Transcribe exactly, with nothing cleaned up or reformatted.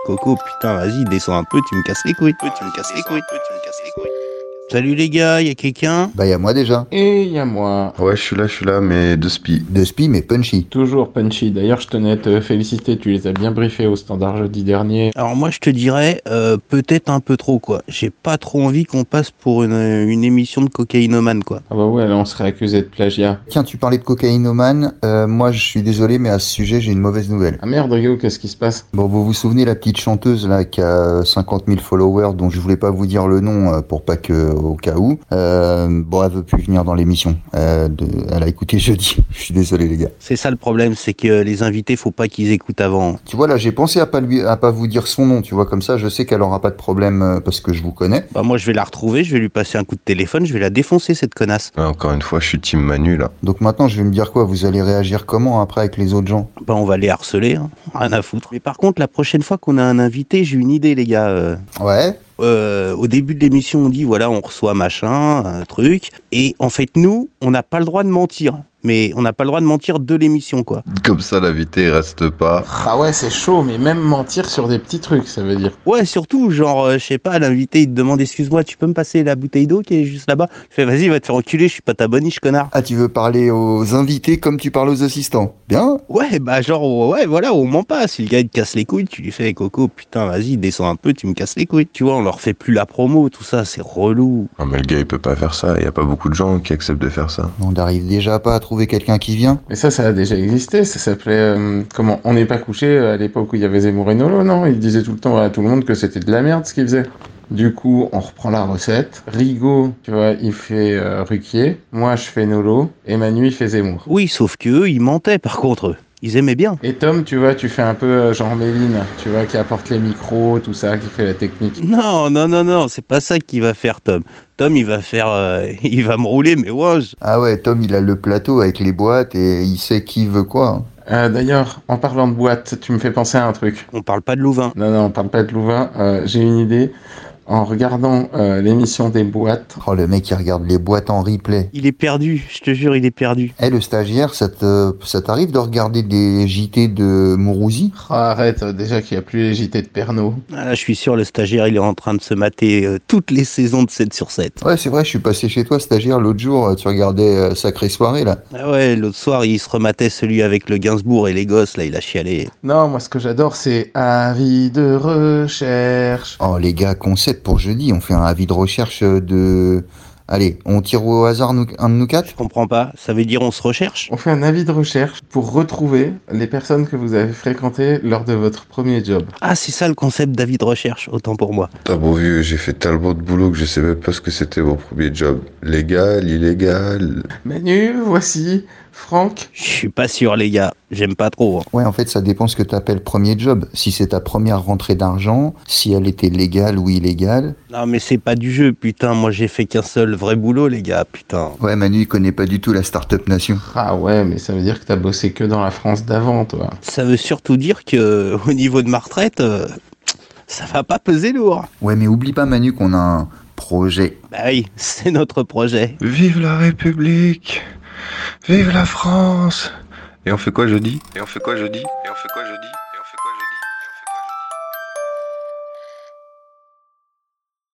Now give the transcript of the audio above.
Coco, putain, vas-y, descends un peu, tu me casses les couilles. Tu me casses les couilles. Tu me casses les couilles. Salut les gars, y'a quelqu'un? Bah y'a moi déjà. Et y a moi. Ouais, je suis là, je suis là, mais de spi. De spi mais punchy. Toujours punchy. D'ailleurs, je tenais à te féliciter, tu les as bien briefés au standard jeudi dernier. Alors moi je te dirais, euh, peut-être un peu trop quoi. J'ai pas trop envie qu'on passe pour une, une émission de cocaïnomane quoi. Ah bah ouais, là on serait accusé de plagiat. Tiens, tu parlais de cocaïnomane, euh, moi je suis désolé mais à ce sujet j'ai une mauvaise nouvelle. Ah merde, Rio, qu'est-ce qui se passe? Bon, vous vous souvenez la petite chanteuse là qui a cinquante mille followers dont je voulais pas vous dire le nom euh, pour pas que, au cas où. Euh, bon, elle veut plus venir dans l'émission. Euh, de, elle a écouté jeudi. Je suis désolé les gars. C'est ça le problème, c'est que les invités faut pas qu'ils écoutent avant. Tu vois là, j'ai pensé à pas lui, à pas vous dire son nom. Tu vois comme ça, je sais qu'elle aura pas de problème euh, parce que je vous connais. Bah moi je vais la retrouver, je vais lui passer un coup de téléphone, je vais la défoncer cette connasse. Ouais, encore une fois, je suis team Manu là. Donc maintenant, je vais me dire quoi? Vous allez réagir comment après avec les autres gens? Bah on va les harceler, hein. Rien à foutre. Mais par contre la prochaine fois qu'on a un invité, j'ai une idée les gars. Euh... Ouais. Euh, au début de l'émission, on dit voilà, on reçoit machin, un truc, et en fait nous, on n'a pas le droit de mentir. Mais on n'a pas le droit de mentir de l'émission, quoi. Comme ça, l'invité reste pas. Ah ouais, c'est chaud, mais même mentir sur des petits trucs, ça veut dire. Ouais, surtout, genre, euh, je sais pas, l'invité, il te demande, excuse-moi, tu peux me passer la bouteille d'eau qui est juste là-bas? Je fais, vas-y, va te faire enculer, je suis pas ta boniche, connard. Ah, tu veux parler aux invités comme tu parles aux assistants? Bien. Ouais, bah genre, ouais, voilà, on ment pas. Si le gars, il te casse les couilles, tu lui fais, Coco, putain, vas-y, descends un peu, tu me casses les couilles. Tu vois, on leur fait plus la promo, tout ça, c'est relou. Non, mais le gars, il peut pas faire ça. Y a pas beaucoup de gens qui acceptent de faire ça. On n'arrive déjà pas à trouver quelqu'un qui vient. Mais ça, ça a déjà existé, ça s'appelait... euh, comment? On n'est pas couché à l'époque où il y avait Zemmour et Nolo, non? Il disait tout le temps à tout le monde que c'était de la merde ce qu'il faisait. Du coup, on reprend la recette. Rigaud, tu vois, il fait euh, Ruquier. Moi, je fais Nolo. Et Manu, il fait Zemmour. Oui, sauf que eux, ils mentaient, par contre, eux. Ils aimaient bien. Et Tom, tu vois, tu fais un peu euh, genre Méline, tu vois, qui apporte les micros, tout ça, qui fait la technique. Non, non, non, non, c'est pas ça qu'il va faire, Tom. Tom, il va faire... Euh, il va me rouler, mais ouais. je- Ah ouais, Tom, il a le plateau avec les boîtes et il sait qui veut quoi. Euh, D'ailleurs, en parlant de boîte, tu me fais penser à un truc. On parle pas de Louvain. Non, non, on parle pas de Louvain. Euh, J'ai une idée. En regardant euh, l'émission des boîtes, Oh, le mec, il regarde les boîtes en replay. Il est perdu, je te jure, il est perdu. Eh, le stagiaire, ça te, ça t'arrive de regarder des J T de Mourouzi? ah, arrête, euh, déjà qu'il n'y a plus les J T de Pernod. Ah, là, je suis sûr, le stagiaire, il est en train de se mater euh, toutes les saisons de sept sur sept. Ouais, c'est vrai, je suis passé chez toi, stagiaire, l'autre jour, euh, tu regardais euh, Sacrée Soirée, là. Ah ouais, l'autre soir, il se rematait celui avec le Gainsbourg et les gosses, là, il a chialé. Non, moi ce que j'adore c'est avis de recherche. Oh, les gars, concept pour jeudi, on fait un avis de recherche de... Allez, on tire au hasard nous- un de nous quatre? Je comprends pas, ça veut dire on se recherche? On fait un avis de recherche pour retrouver les personnes que vous avez fréquentées lors de votre premier job. Ah, c'est ça le concept d'avis de recherche, autant pour moi. T'as beau vu, j'ai fait tellement de boulot que je sais même pas ce que c'était mon premier job. Légal, illégal. Manu, voici Franck. Je suis pas sûr, les gars, j'aime pas trop. Hein. Ouais, en fait, ça dépend ce que t'appelles premier job. Si c'est ta première rentrée d'argent, si elle était légale ou illégale. Non, mais c'est pas du jeu, putain, moi j'ai fait qu'un seul vrai boulot, les gars, putain. Ouais, Manu, il connaît pas du tout la Startup Nation. Ah ouais, mais ça veut dire que t'as bossé que dans la France d'avant, toi. Ça veut surtout dire que, au niveau de ma retraite, euh, ça va pas peser lourd. Ouais, mais oublie pas, Manu, qu'on a un projet. Bah oui, c'est notre projet. Vive la République! Vive la France! Et on fait quoi jeudi? Et on fait quoi jeudi? Et on fait quoi